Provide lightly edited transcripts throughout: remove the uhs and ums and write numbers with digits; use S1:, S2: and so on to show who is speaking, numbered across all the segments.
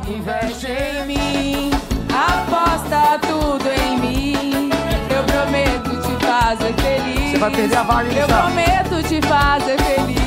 S1: Investe em mim, aposta tudo em mim. Eu prometo te fazer feliz.
S2: Você vai perder a vaga,
S1: Eu prometo te fazer feliz.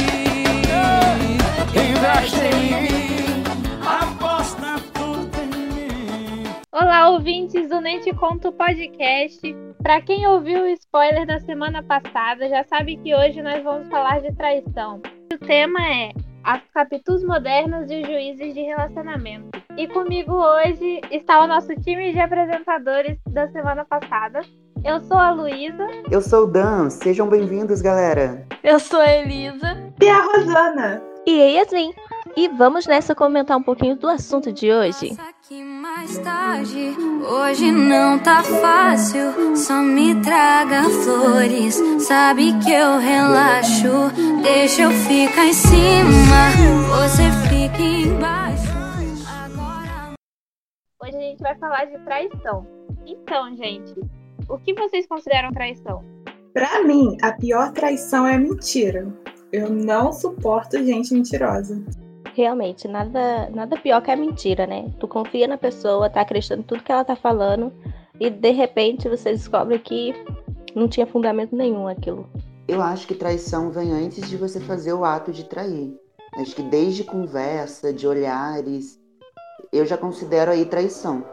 S1: Investe em mim, aposta tudo em mim.
S3: Olá, ouvintes do Nem Te Conto Podcast. Para quem ouviu o spoiler da semana passada, já sabe que hoje nós vamos falar de traição. O tema é as capítulos modernos e os juízes de relacionamento. E comigo hoje está o nosso time de apresentadores da semana passada. Eu sou a Luísa.
S4: Eu sou o Dan, sejam bem-vindos, galera.
S5: Eu sou a Elisa.
S6: E a Rosana.
S7: E a Yasmin. E vamos nessa comentar um pouquinho do assunto de hoje.
S8: Mais tarde, hoje não tá fácil, só me traga flores, sabe que eu relaxo, deixa eu ficar em cima, você fica embaixo. Agora...
S3: Hoje a gente vai falar de traição. Então, gente, o que vocês consideram traição?
S6: Pra mim, a pior traição é a mentira. Eu não suporto gente mentirosa.
S7: Realmente, nada pior que a mentira, né? Tu confia na pessoa, tá acreditando em tudo que ela tá falando e de repente você descobre que não tinha fundamento nenhum aquilo.
S4: Eu acho que traição vem antes de você fazer o ato de trair. Acho que desde conversa, de olhares, eu já considero aí traição.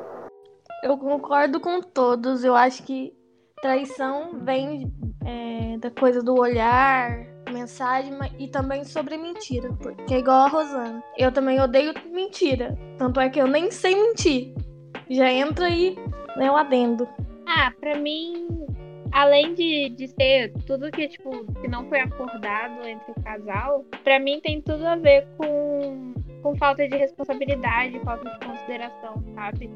S5: Eu concordo com todos. Eu acho que traição vem da coisa do olhar, mensagem e também sobre mentira, porque é igual a Rosana. Eu também odeio mentira, tanto é que eu nem sei mentir. Já entra aí, né, o adendo.
S3: Pra mim, além de ser tudo que, que não foi acordado entre o casal, pra mim tem tudo a ver com falta de responsabilidade, falta de consideração, sabe?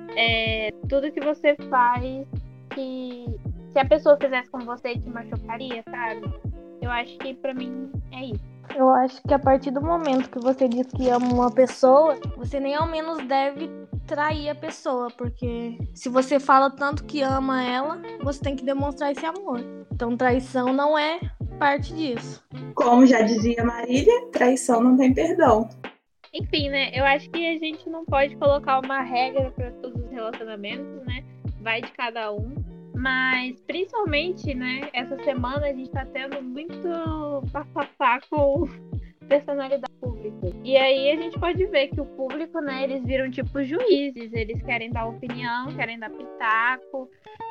S3: Tudo que você faz que se a pessoa fizesse com você te machucaria, sabe? Eu acho que pra mim é isso.
S5: Eu acho que a partir do momento que você diz que ama uma pessoa, você nem ao menos deve trair a pessoa, porque se você fala tanto que ama ela, você tem que demonstrar esse amor. Então traição não é parte disso.
S6: Como já dizia Marília, traição não tem perdão.
S3: Enfim, né? Eu acho que a gente não pode colocar uma regra para todos os relacionamentos, né? Vai de cada um. Mas, principalmente, né, essa semana a gente tá tendo muito bafafá com personalidade pública. E aí a gente pode ver que o público, né, eles viram tipo juízes, eles querem dar opinião, querem dar pitaco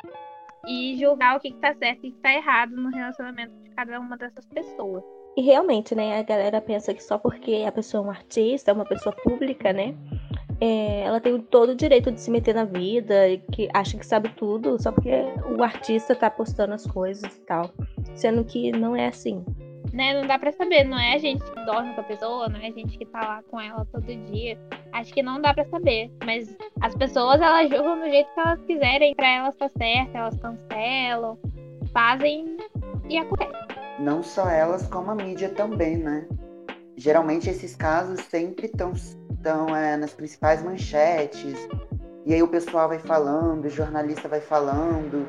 S3: e julgar o que tá certo e o que tá errado no relacionamento de cada uma dessas pessoas.
S7: E realmente, né, a galera pensa que só porque a pessoa é um artista, é uma pessoa pública, né, ela tem todo o direito de se meter na vida e que acha que sabe tudo só porque o artista tá postando as coisas e tal, sendo que não é assim.
S3: Né, não dá pra saber, não é a gente que dorme com a pessoa, não é a gente que tá lá com ela todo dia. Acho que não dá pra saber, mas as pessoas, elas julgam do jeito que elas quiserem, pra elas tá certo, elas cancelam, fazem e acontece.
S4: Não só elas, como a mídia também, né? Geralmente esses casos sempre estão nas principais manchetes, e aí o pessoal vai falando, o jornalista vai falando,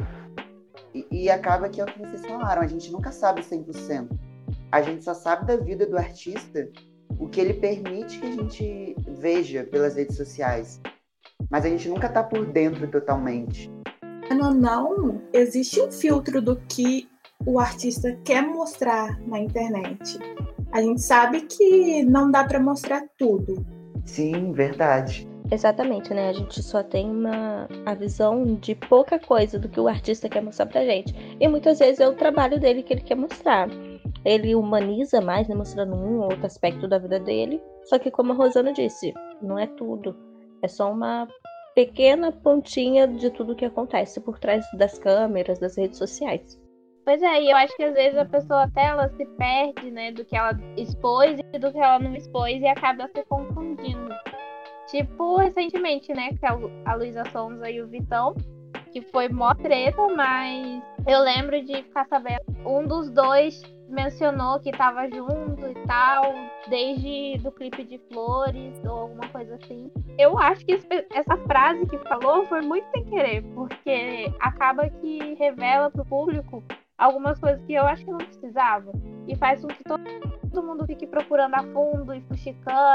S4: e acaba que é o que vocês falaram, a gente nunca sabe 100%. A gente só sabe da vida do artista o que ele permite que a gente veja pelas redes sociais, mas a gente nunca tá por dentro totalmente.
S6: Não, existe um filtro do que o artista quer mostrar na internet. A gente sabe que não dá para mostrar tudo.
S4: Sim, verdade.
S7: Exatamente, né? A gente só tem a visão de pouca coisa do que o artista quer mostrar pra gente. E muitas vezes é o trabalho dele que ele quer mostrar. Ele humaniza mais, né? Mostrando um ou outro aspecto da vida dele. Só que, como a Rosana disse, não é tudo. É só uma pequena pontinha de tudo que acontece por trás das câmeras, das redes sociais.
S3: Pois é, e eu acho que às vezes a pessoa até ela se perde, né, do que ela expôs e do que ela não expôs e acaba se confundindo. Tipo, recentemente, né, que a Luísa Sonza e o Vitão, que foi mó treta, mas eu lembro de ficar sabendo, um dos dois mencionou que tava junto e tal, desde do clipe de Flores ou alguma coisa assim. Eu acho que essa frase que falou foi muito sem querer, porque acaba que revela pro público algumas coisas que eu acho que não precisava. E faz com que todo mundo fique procurando a fundo e fuxicando.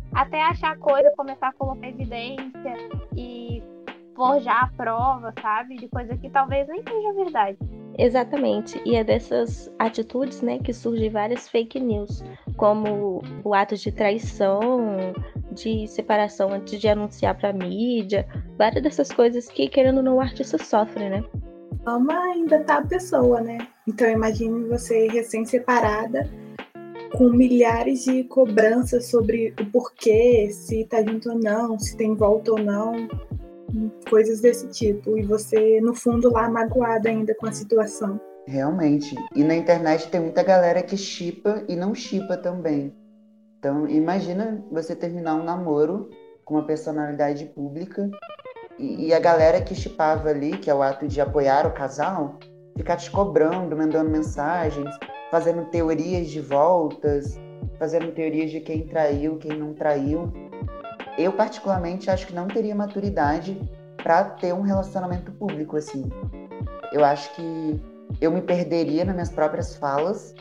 S3: até achar coisa, começar a colocar evidência e forjar a prova, sabe? De coisa que talvez nem seja verdade.
S7: Exatamente, e é dessas atitudes, né, que surgem várias fake news, como o ato de traição, de separação antes de anunciar para a mídia, várias dessas coisas que, querendo ou não, o artista sofre, né?
S6: Ama ainda tá a pessoa, né? Então imagine você recém-separada, com milhares de cobranças sobre o porquê, se tá junto ou não, se tem volta ou não, coisas desse tipo. E você, no fundo, lá magoada ainda com a situação.
S4: Realmente. E na internet tem muita galera que shippa e não shippa também. Então, imagina você terminar um namoro com uma personalidade pública e a galera que shippava ali, que é o ato de apoiar o casal, ficar te cobrando, mandando mensagens, fazendo teorias de voltas, fazendo teorias de quem traiu, quem não traiu. Eu, particularmente, acho que não teria maturidade para ter um relacionamento público, assim. Eu acho que eu me perderia nas minhas próprias falas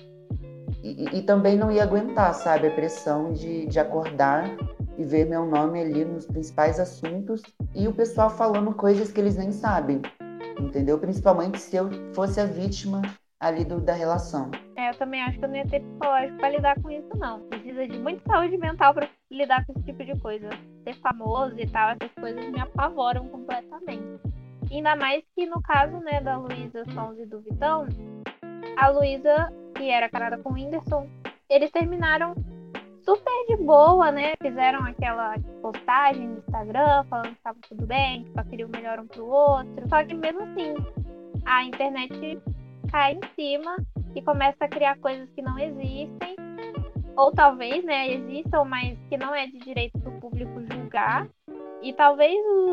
S4: e também não ia aguentar, sabe, a pressão de acordar e ver meu nome ali nos principais assuntos e o pessoal falando coisas que eles nem sabem, entendeu? Principalmente se eu fosse a vítima ali da relação.
S3: Eu também acho que eu não ia ter psicológico pra lidar com isso, não. Precisa de muita saúde mental pra lidar com esse tipo de coisa. Ser famoso e tal, essas coisas me apavoram completamente. Ainda mais que no caso, né, da Luísa Sons e do Vitão, a Luísa, que era casada com o Whindersson, eles terminaram super de boa, né? Fizeram aquela postagem no Instagram falando que tava tudo bem, que só queriam o melhor um pro outro. Só que mesmo assim, a internet cai em cima e começa a criar coisas que não existem, ou talvez, né, existam, mas que não é de direito do público julgar, e talvez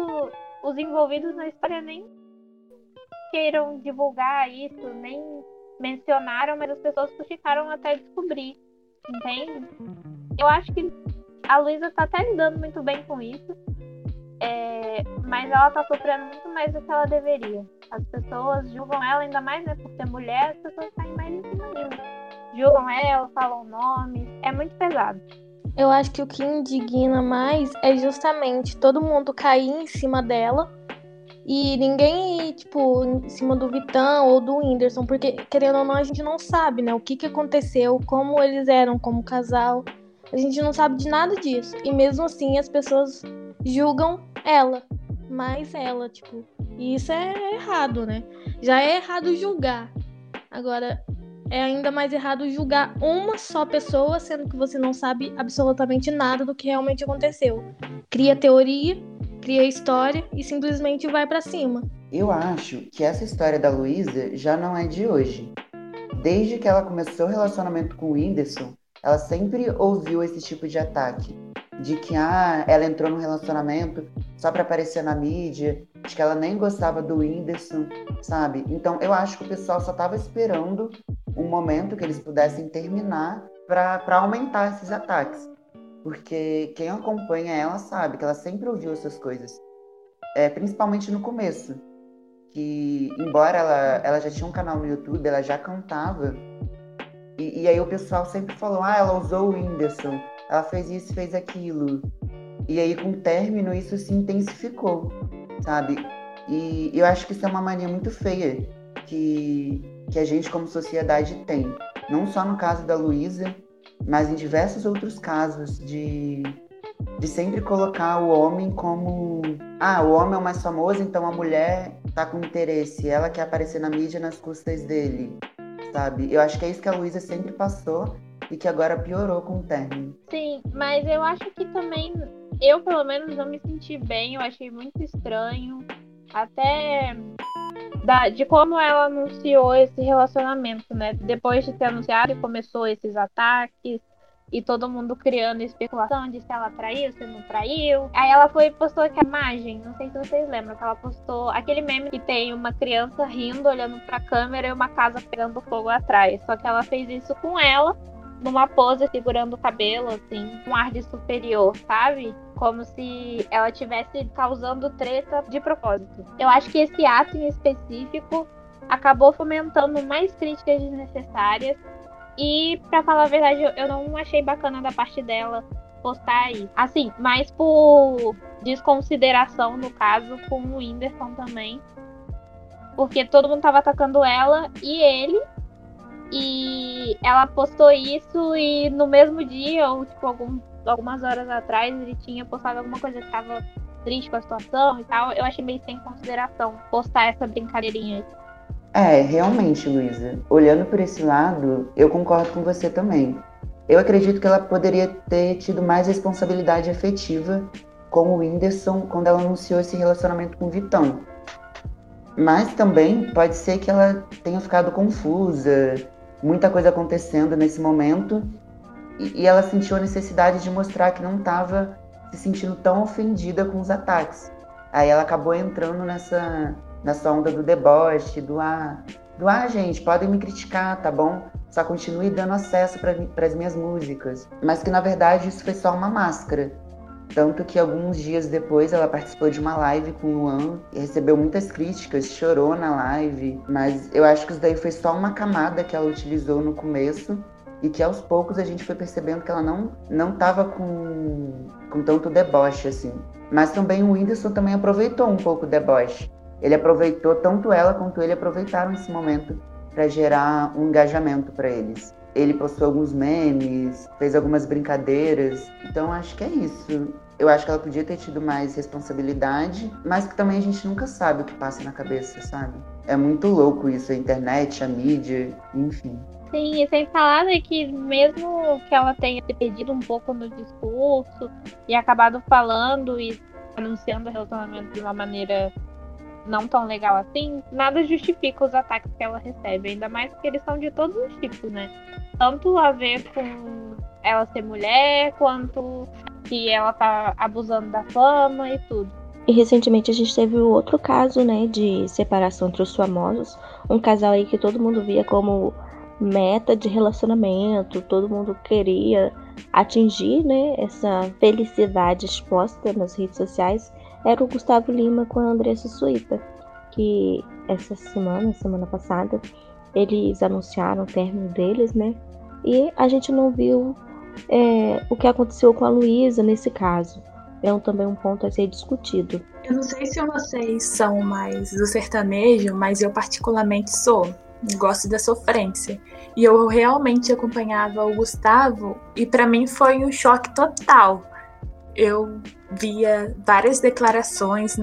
S3: os envolvidos na história nem queiram divulgar isso, nem mencionaram, mas as pessoas ficaram até descobrir, entende? Eu acho que a Luísa tá até lidando muito bem com isso, mas ela tá sofrendo muito mais do que ela deveria. As pessoas julgam ela, ainda mais, né, por ser mulher, as pessoas saem mais em cima disso. Julgam ela, falam nomes, é muito pesado.
S5: Eu acho que o que indigna mais é justamente todo mundo cair em cima dela e ninguém ir, tipo, em cima do Vitão ou do Whindersson, porque, querendo ou não, a gente não sabe, né, o que aconteceu, como eles eram como casal. A gente não sabe de nada disso. E mesmo assim, as pessoas julgam ela, mais ela, tipo. E isso é errado, né? Já é errado julgar. Agora, é ainda mais errado julgar uma só pessoa, sendo que você não sabe absolutamente nada do que realmente aconteceu. Cria teoria, cria história e simplesmente vai pra cima.
S4: Eu acho que essa história da Luísa já não é de hoje. Desde que ela começou o relacionamento com o Whindersson, ela sempre ouviu esse tipo de ataque. De que ela entrou num relacionamento só pra aparecer na mídia, de que ela nem gostava do Whindersson, sabe? Então eu acho que o pessoal só tava esperando um momento que eles pudessem terminar pra aumentar esses ataques. Porque quem acompanha ela sabe que ela sempre ouviu essas coisas. Principalmente no começo. Que, embora ela já tinha um canal no YouTube, ela já cantava. E aí o pessoal sempre falou, ela usou o Whindersson, ela fez isso, fez aquilo. E aí com o término isso se intensificou, sabe? E eu acho que isso é uma mania muito feia que a gente como sociedade tem. Não só no caso da Luísa, mas em diversos outros casos de sempre colocar o homem como... o homem é o mais famoso, então a mulher tá com interesse, ela quer aparecer na mídia nas custas dele, sabe? Eu acho que é isso que a Luísa sempre passou e que agora piorou com o término.
S3: Sim, mas eu acho que também, eu pelo menos não me senti bem, eu achei muito estranho, até de como ela anunciou esse relacionamento, né? Depois de ter anunciado, começou esses ataques, e todo mundo criando especulação de se ela traiu, se não traiu. Aí ela foi e postou aquela imagem, não sei se vocês lembram, que ela postou aquele meme que tem uma criança rindo, olhando pra câmera e uma casa pegando fogo atrás. Só que ela fez isso com ela, numa pose, segurando o cabelo, assim, com ar de superior, sabe? Como se ela estivesse causando treta de propósito. Eu acho que esse ato em específico acabou fomentando mais críticas desnecessárias. E, pra falar a verdade, eu não achei bacana da parte dela postar isso. Assim, mais por desconsideração, no caso, com o Whindersson também. Porque todo mundo tava atacando ela e ele. E ela postou isso e no mesmo dia, ou tipo, algumas horas atrás, ele tinha postado alguma coisa que tava triste com a situação e tal. Eu achei meio sem consideração postar essa brincadeirinha aí.
S4: Realmente, Luísa. Olhando por esse lado, eu concordo com você também. Eu acredito que ela poderia ter tido mais responsabilidade afetiva com o Whindersson quando ela anunciou esse relacionamento com o Vitão. Mas também pode ser que ela tenha ficado confusa, muita coisa acontecendo nesse momento, e ela sentiu a necessidade de mostrar que não estava se sentindo tão ofendida com os ataques. Aí ela acabou entrando nessa onda do deboche, gente, podem me criticar, tá bom? Só continue dando acesso para as minhas músicas. Mas que na verdade isso foi só uma máscara. Tanto que alguns dias depois ela participou de uma live com o Luan e recebeu muitas críticas, chorou na live. Mas eu acho que isso daí foi só uma camada que ela utilizou no começo e que aos poucos a gente foi percebendo que ela não tava com tanto deboche assim. Mas também o Whindersson também aproveitou um pouco o deboche. Ele aproveitou, tanto ela quanto ele aproveitaram esse momento para gerar um engajamento para eles. Ele postou alguns memes, fez algumas brincadeiras. Então, acho que é isso. Eu acho que ela podia ter tido mais responsabilidade, mas que também a gente nunca sabe o que passa na cabeça, sabe? É muito louco isso, a internet, a mídia, enfim.
S3: Sim, e sem falar que mesmo que ela tenha se perdido um pouco no discurso e acabado falando e anunciando o relacionamento de uma maneira não tão legal assim, nada justifica os ataques que ela recebe, ainda mais porque eles são de todos os tipos, né? Tanto a ver com ela ser mulher, quanto que ela tá abusando da fama e tudo.
S7: E recentemente a gente teve outro caso, né, de separação entre os famosos, um casal aí que todo mundo via como meta de relacionamento, todo mundo queria atingir, né, essa felicidade exposta nas redes sociais, era o Gustavo Lima com a Andressa Suíta, que essa semana passada, eles anunciaram o término deles, né? E a gente não viu o que aconteceu com a Luísa nesse caso. É também um ponto a ser discutido.
S6: Eu não sei se vocês são mais do sertanejo, mas eu particularmente sou. Gosto da sofrência. E eu realmente acompanhava o Gustavo e para mim foi um choque total. Eu via várias declarações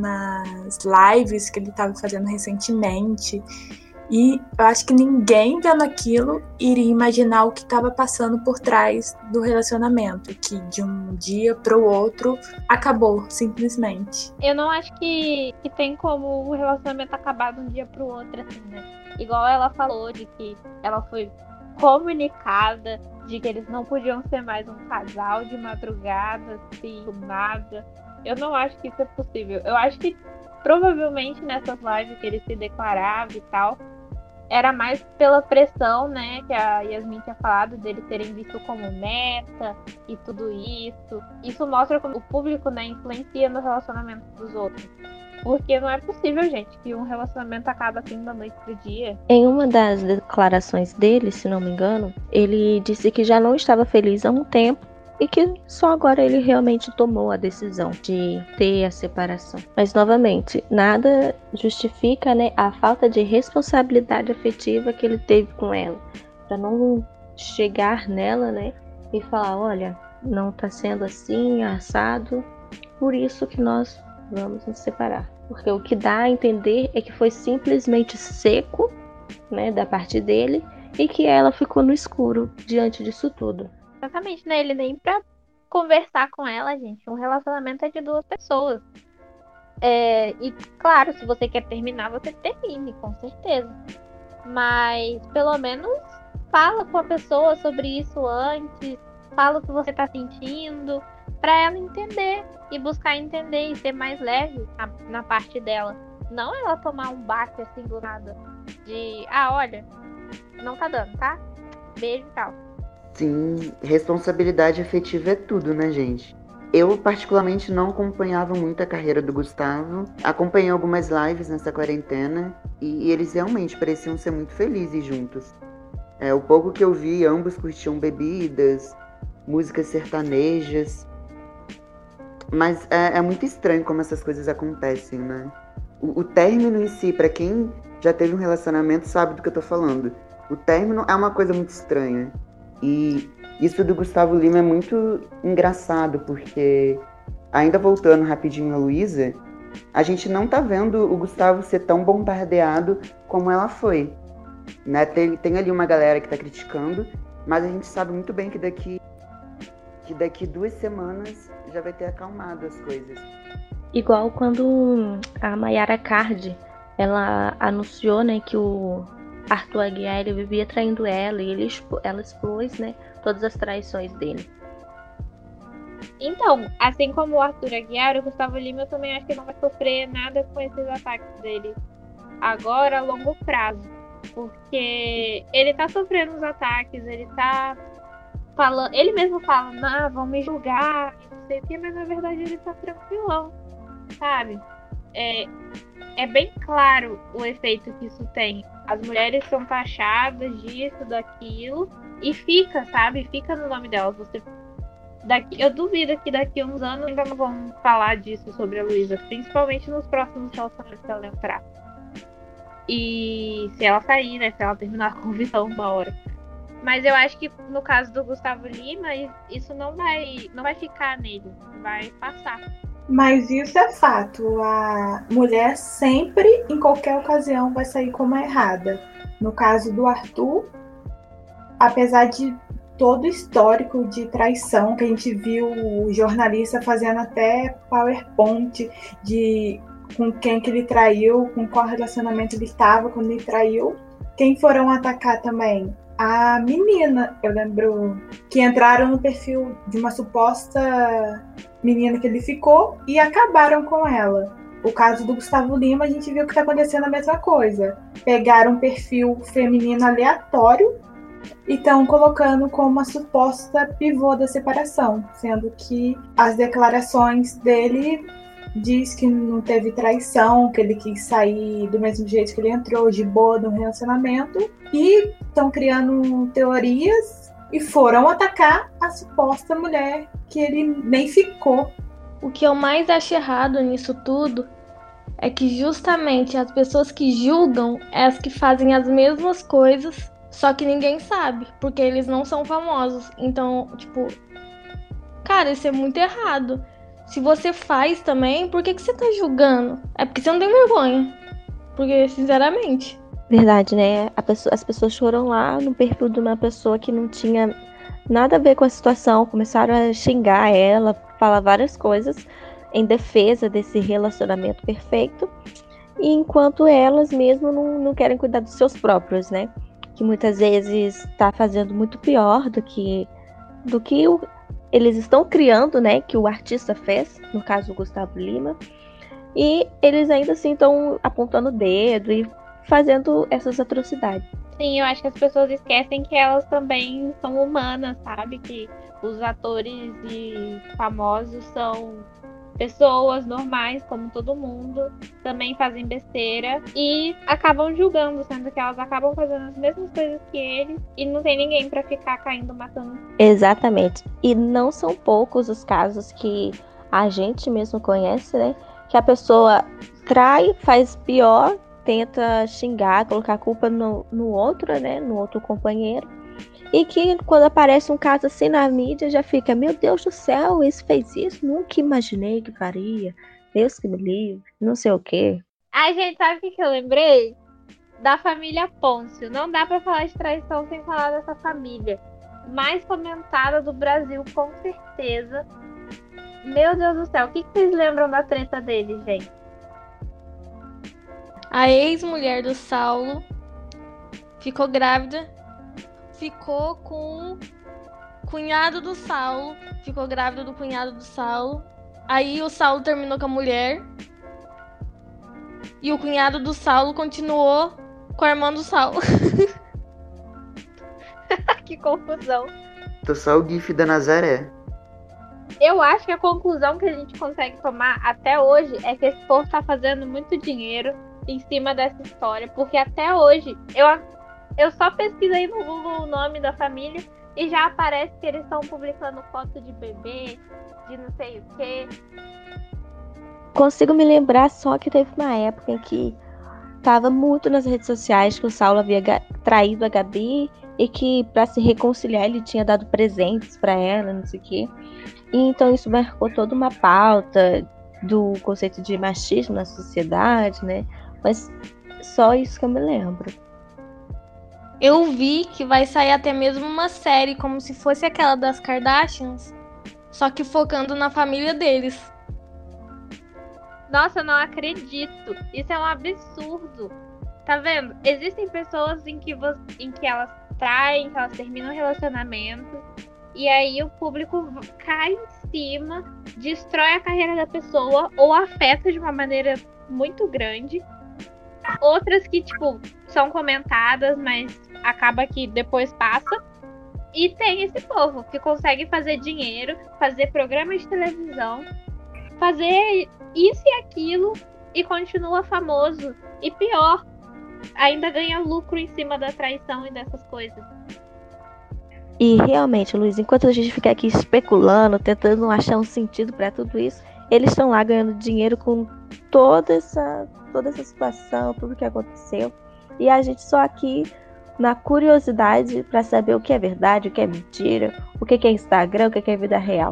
S6: nas lives que ele estava fazendo recentemente. E eu acho que ninguém vendo aquilo iria imaginar o que estava passando por trás do relacionamento, que de um dia para o outro acabou, simplesmente.
S3: Eu não acho que tem como o relacionamento acabar de um dia para o outro, assim, né? Igual ela falou de que ela foi comunicada de que eles não podiam ser mais um casal de madrugada, assim, do nada. Eu não acho que isso é possível. Eu acho que provavelmente nessas lives que ele se declarava e tal, era mais pela pressão, né, que a Yasmin tinha falado, deles terem visto como meta e tudo isso. Isso mostra como o público, né, influencia no relacionamento dos outros. Porque não é possível, gente, que um relacionamento acaba assim da noite pro dia.
S7: Em uma das declarações dele, se não me engano, ele disse que já não estava feliz há um tempo e que só agora ele realmente tomou a decisão de ter a separação. Mas, novamente, nada justifica, né, a falta de responsabilidade afetiva que ele teve com ela. Para não chegar nela, né, e falar, olha, não tá sendo assim, assado, por isso que nós vamos nos separar. Porque o que dá a entender é que foi simplesmente seco, né, da parte dele, e que ela ficou no escuro diante disso tudo.
S3: Exatamente, né? Ele nem pra conversar com ela, gente. Um relacionamento é de duas pessoas. E claro, se você quer terminar, você termine, com certeza. Mas pelo menos fala com a pessoa sobre isso antes. Fala o que você tá sentindo, pra ela entender e buscar entender e ser mais leve na parte dela. Não ela tomar um baque assim do nada. De, olha, não tá dando, tá? Beijo e tal.
S4: Sim, responsabilidade afetiva é tudo, né, gente? Eu, particularmente, não acompanhava muito a carreira do Gustavo. Acompanhei algumas lives nessa quarentena e eles realmente pareciam ser muito felizes juntos. O pouco que eu vi, ambos curtiam bebidas, músicas sertanejas. Mas é muito estranho como essas coisas acontecem, né? O término em si, pra quem já teve um relacionamento, sabe do que eu tô falando. O término é uma coisa muito estranha. E isso do Gustavo Lima é muito engraçado, porque, ainda voltando rapidinho a Luísa, a gente não tá vendo o Gustavo ser tão bombardeado como ela foi. Né? Tem ali uma galera que tá criticando, mas a gente sabe muito bem que daqui 2 semanas já vai ter acalmado as coisas.
S7: Igual quando a Mayara Card, ela anunciou, né, que o Arthur Aguiar ele vivia traindo ela e ela expôs, né, todas as traições dele.
S3: Então, assim como o Arthur Aguiar, o Gustavo Lima eu também acho que não vai sofrer nada com esses ataques dele agora a longo prazo. Porque ele tá sofrendo os ataques, ele tá falando, ele mesmo fala, vão me julgar, não sei o que, mas na verdade ele tá tranquilão, sabe? É bem claro o efeito que isso tem. As mulheres são taxadas disso, daquilo, e fica, sabe? Fica no nome delas. Eu duvido que daqui a uns anos ainda não vão falar disso sobre a Luísa, principalmente nos próximos relacionamentos que ela entrar. E se ela sair, né? Se ela terminar com visão uma hora. Mas eu acho que no caso do Gustavo Lima, isso não vai ficar nele. Vai passar.
S6: Mas isso é fato. A mulher sempre, em qualquer ocasião, vai sair como a errada. No caso do Arthur, apesar de todo o histórico de traição que a gente viu o jornalista fazendo até PowerPoint de com quem que ele traiu, com qual relacionamento ele estava quando ele traiu. Quem foram atacar também? A menina, eu lembro que entraram no perfil de uma suposta menina que ele ficou e acabaram com ela. O caso do Gustavo Lima, a gente viu que está acontecendo a mesma coisa. Pegaram um perfil feminino aleatório e estão colocando como uma suposta pivô da separação, sendo que as declarações dele diz que não teve traição, que ele quis sair do mesmo jeito que ele entrou, de boa no relacionamento, e estão criando teorias e foram atacar a suposta mulher que ele nem ficou.
S5: O que eu mais acho errado nisso tudo é que justamente as pessoas que julgam é as que fazem as mesmas coisas, só que ninguém sabe, porque eles não são famosos. Então, tipo, cara, isso é muito errado. Se você faz também, por que você tá julgando? É porque você não tem vergonha. Porque, sinceramente...
S7: Verdade, né? As pessoas foram lá no perfil de uma pessoa que não tinha nada a ver com a situação. Começaram a xingar ela, falar várias coisas em defesa desse relacionamento perfeito. E enquanto elas mesmo não querem cuidar dos seus próprios, né? Que muitas vezes tá fazendo muito pior do que eles estão criando, né, que o artista fez, no caso o Gustavo Lima, e eles ainda assim estão apontando o dedo e fazendo essas atrocidades.
S3: Sim, eu acho que as pessoas esquecem que elas também são humanas, sabe? Que os atores e famosos são pessoas normais, como todo mundo, também fazem besteira e acabam julgando, sendo que elas acabam fazendo as mesmas coisas que eles e não tem ninguém pra ficar caindo, matando.
S7: Exatamente. E não são poucos os casos que a gente mesmo conhece, né? Que a pessoa trai, faz pior, tenta xingar, colocar a culpa no outro, né? No outro companheiro. E que quando aparece um caso assim na mídia, já fica, meu Deus do céu, isso fez isso? Nunca imaginei que faria. Deus que me livre, não sei o quê.
S3: Ai, gente, sabe o que eu lembrei? Da família Pôncio. Não dá pra falar de traição sem falar dessa família. Mais comentada do Brasil, com certeza. Meu Deus do céu, o que vocês lembram da treta deles, gente?
S5: A ex-mulher do Saulo ficou grávida. Ficou com o cunhado do Saulo. Ficou grávida do cunhado do Saulo. Aí o Saulo terminou com a mulher. E o cunhado do Saulo continuou com a irmã do Saulo.
S3: Que confusão.
S4: Tô só o gif da Nazaré.
S3: Eu acho que a conclusão que a gente consegue tomar até hoje é que esse povo tá fazendo muito dinheiro em cima dessa história. Porque até hoje, eu só pesquisei no Google o nome da família e já aparece que eles estão publicando foto de bebê, de não sei o quê.
S7: Consigo me lembrar só que teve uma época em que tava muito nas redes sociais que o Saulo havia traído a Gabi e que para se reconciliar ele tinha dado presentes para ela, não sei o quê. E então isso marcou toda uma pauta do conceito de machismo na sociedade, né? Mas só isso que eu me lembro.
S5: Eu vi que vai sair até mesmo uma série como se fosse aquela das Kardashians, só que focando na família deles.
S3: Nossa, eu não acredito. Isso é um absurdo. Tá vendo? Existem pessoas em que elas traem, que elas terminam relacionamentos, e aí o público cai em cima, destrói a carreira da pessoa ou afeta de uma maneira muito grande. Outras que, tipo, são comentadas, mas acaba que depois passa. E tem esse povo que consegue fazer dinheiro, fazer programa de televisão, fazer isso e aquilo e continua famoso. E pior, ainda ganha lucro em cima da traição e dessas coisas.
S7: E realmente, Luiz, enquanto a gente fica aqui especulando, tentando achar um sentido para tudo isso, eles estão lá ganhando dinheiro com toda essa situação, tudo que aconteceu. E a gente só aqui na curiosidade para saber o que é verdade, o que é mentira, o que é Instagram, o que é vida real.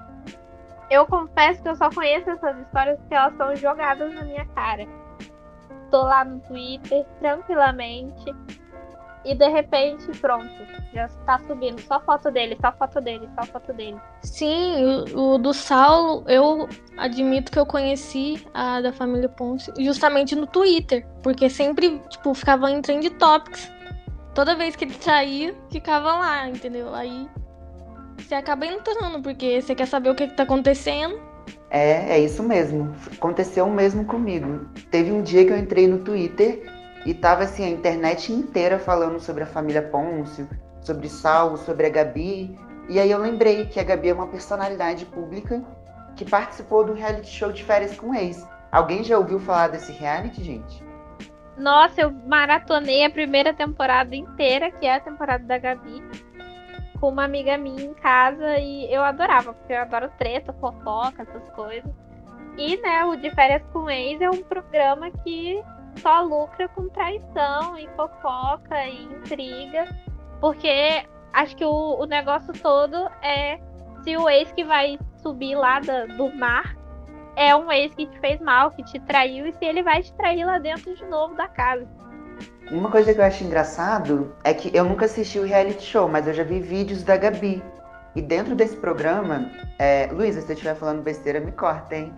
S3: Eu confesso que eu só conheço essas histórias porque elas são jogadas na minha cara. Tô lá no Twitter, tranquilamente, e de repente, pronto, já tá subindo só foto dele, só foto dele, só foto dele.
S5: Sim, o do Saulo, eu admito que eu conheci a da família Ponce justamente no Twitter, porque sempre, tipo, ficava em Trend Topics. Toda vez que ele saía, ficava lá, entendeu? Aí você acaba entrando, porque você quer saber o que tá acontecendo.
S4: É isso mesmo. Aconteceu o mesmo comigo. Teve um dia que eu entrei no Twitter e tava assim, a internet inteira falando sobre a família Pôncio, sobre Saulo, sobre a Gabi. E aí eu lembrei que a Gabi é uma personalidade pública que participou do reality show de Férias com Ex. Alguém já ouviu falar desse reality, gente?
S3: Nossa, eu maratonei a primeira temporada inteira, que é a temporada da Gabi, com uma amiga minha em casa, e eu adorava, porque eu adoro treta, fofoca, essas coisas. E, né, o de Férias com Ex é um programa que só lucra com traição e fofoca e intriga, porque acho que o negócio todo é se o ex que vai subir lá do mar é um ex que te fez mal, que te traiu, e se ele vai te trair lá dentro de novo da casa.
S4: Uma coisa que eu acho engraçado é que eu nunca assisti o reality show, mas eu já vi vídeos da Gabi. E dentro desse programa, Luísa, se eu estiver falando besteira, me corta, hein?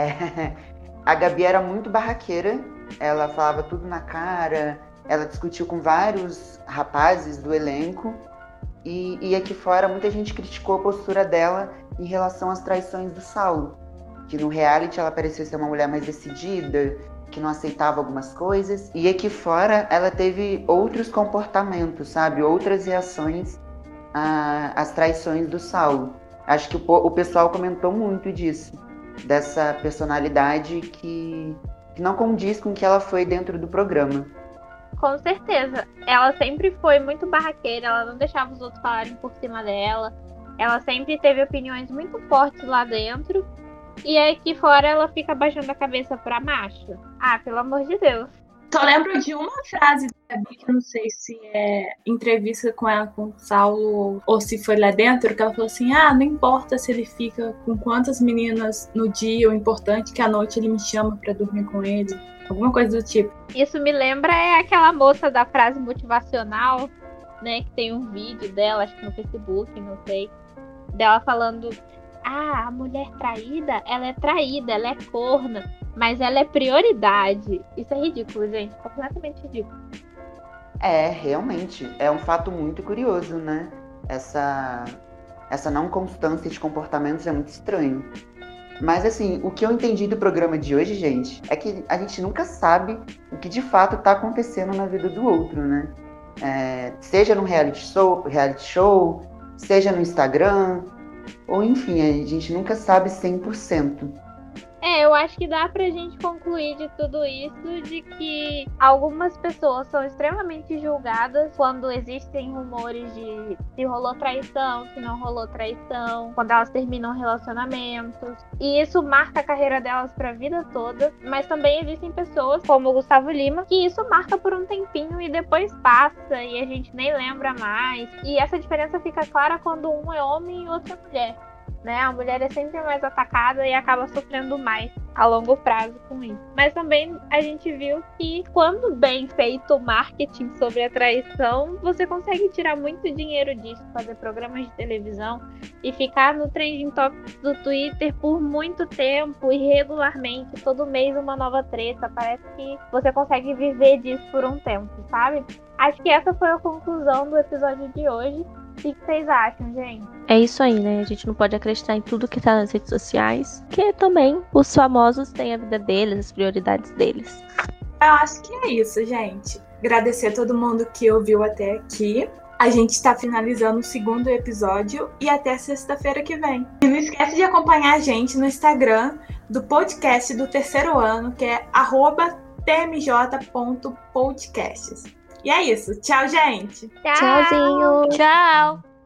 S4: A Gabi era muito barraqueira, ela falava tudo na cara, ela discutiu com vários rapazes do elenco, e aqui fora muita gente criticou a postura dela em relação às traições do Saulo, que no reality ela parecia ser uma mulher mais decidida, que não aceitava algumas coisas, e aqui fora ela teve outros comportamentos, sabe? Outras reações às traições do Saulo. Acho que o pessoal comentou muito disso, dessa personalidade que não condiz com o que ela foi dentro do programa.
S3: Com certeza. Ela sempre foi muito barraqueira, ela não deixava os outros falarem por cima dela, ela sempre teve opiniões muito fortes lá dentro, e aqui fora ela fica baixando a cabeça pra macho. Ah, pelo amor de Deus.
S6: Só lembro de uma frase da Gabi, que eu não sei se é entrevista com ela, com o Saulo, ou se foi lá dentro, que ela falou assim, não importa se ele fica com quantas meninas no dia, o importante é que à noite ele me chama pra dormir com ele. Alguma coisa do tipo.
S3: Isso me lembra aquela moça da frase motivacional, né, que tem um vídeo dela, acho que no Facebook, não sei, dela falando, a mulher traída, ela é corna, mas ela é prioridade. Isso é ridículo, gente, completamente ridículo.
S4: Realmente, é um fato muito curioso, né? Essa não constância de comportamentos é muito estranho. Mas assim, o que eu entendi do programa de hoje, gente, é que a gente nunca sabe o que de fato tá acontecendo na vida do outro, né? Seja no reality show, seja no Instagram, ou enfim, a gente nunca sabe 100%.
S3: Eu acho que dá pra gente concluir de tudo isso de que algumas pessoas são extremamente julgadas quando existem rumores de se rolou traição, se não rolou traição, quando elas terminam relacionamentos. E isso marca a carreira delas pra vida toda. Mas também existem pessoas, como o Gustavo Lima, que isso marca por um tempinho e depois passa e a gente nem lembra mais. E essa diferença fica clara quando um é homem e outro é mulher. Né? A mulher é sempre mais atacada e acaba sofrendo mais a longo prazo com isso. Mas também a gente viu que quando bem feito o marketing sobre a traição, você consegue tirar muito dinheiro disso, fazer programas de televisão e ficar no trending topics do Twitter por muito tempo e regularmente, todo mês uma nova treta. Parece que você consegue viver disso por um tempo, sabe? Acho que essa foi a conclusão do episódio de hoje. O que vocês acham, gente?
S7: É isso aí, né? A gente não pode acreditar em tudo que tá nas redes sociais, que também os famosos têm a vida deles, as prioridades deles.
S6: Eu acho que é isso, gente. Agradecer a todo mundo que ouviu até aqui. A gente está finalizando o 2º episódio e até sexta-feira que vem. E não esquece de acompanhar a gente no Instagram do podcast do 3º ano, que é @tmj.podcasts. E é isso. Tchau, gente.
S3: Tchau.
S7: Tchauzinho.
S5: Tchau!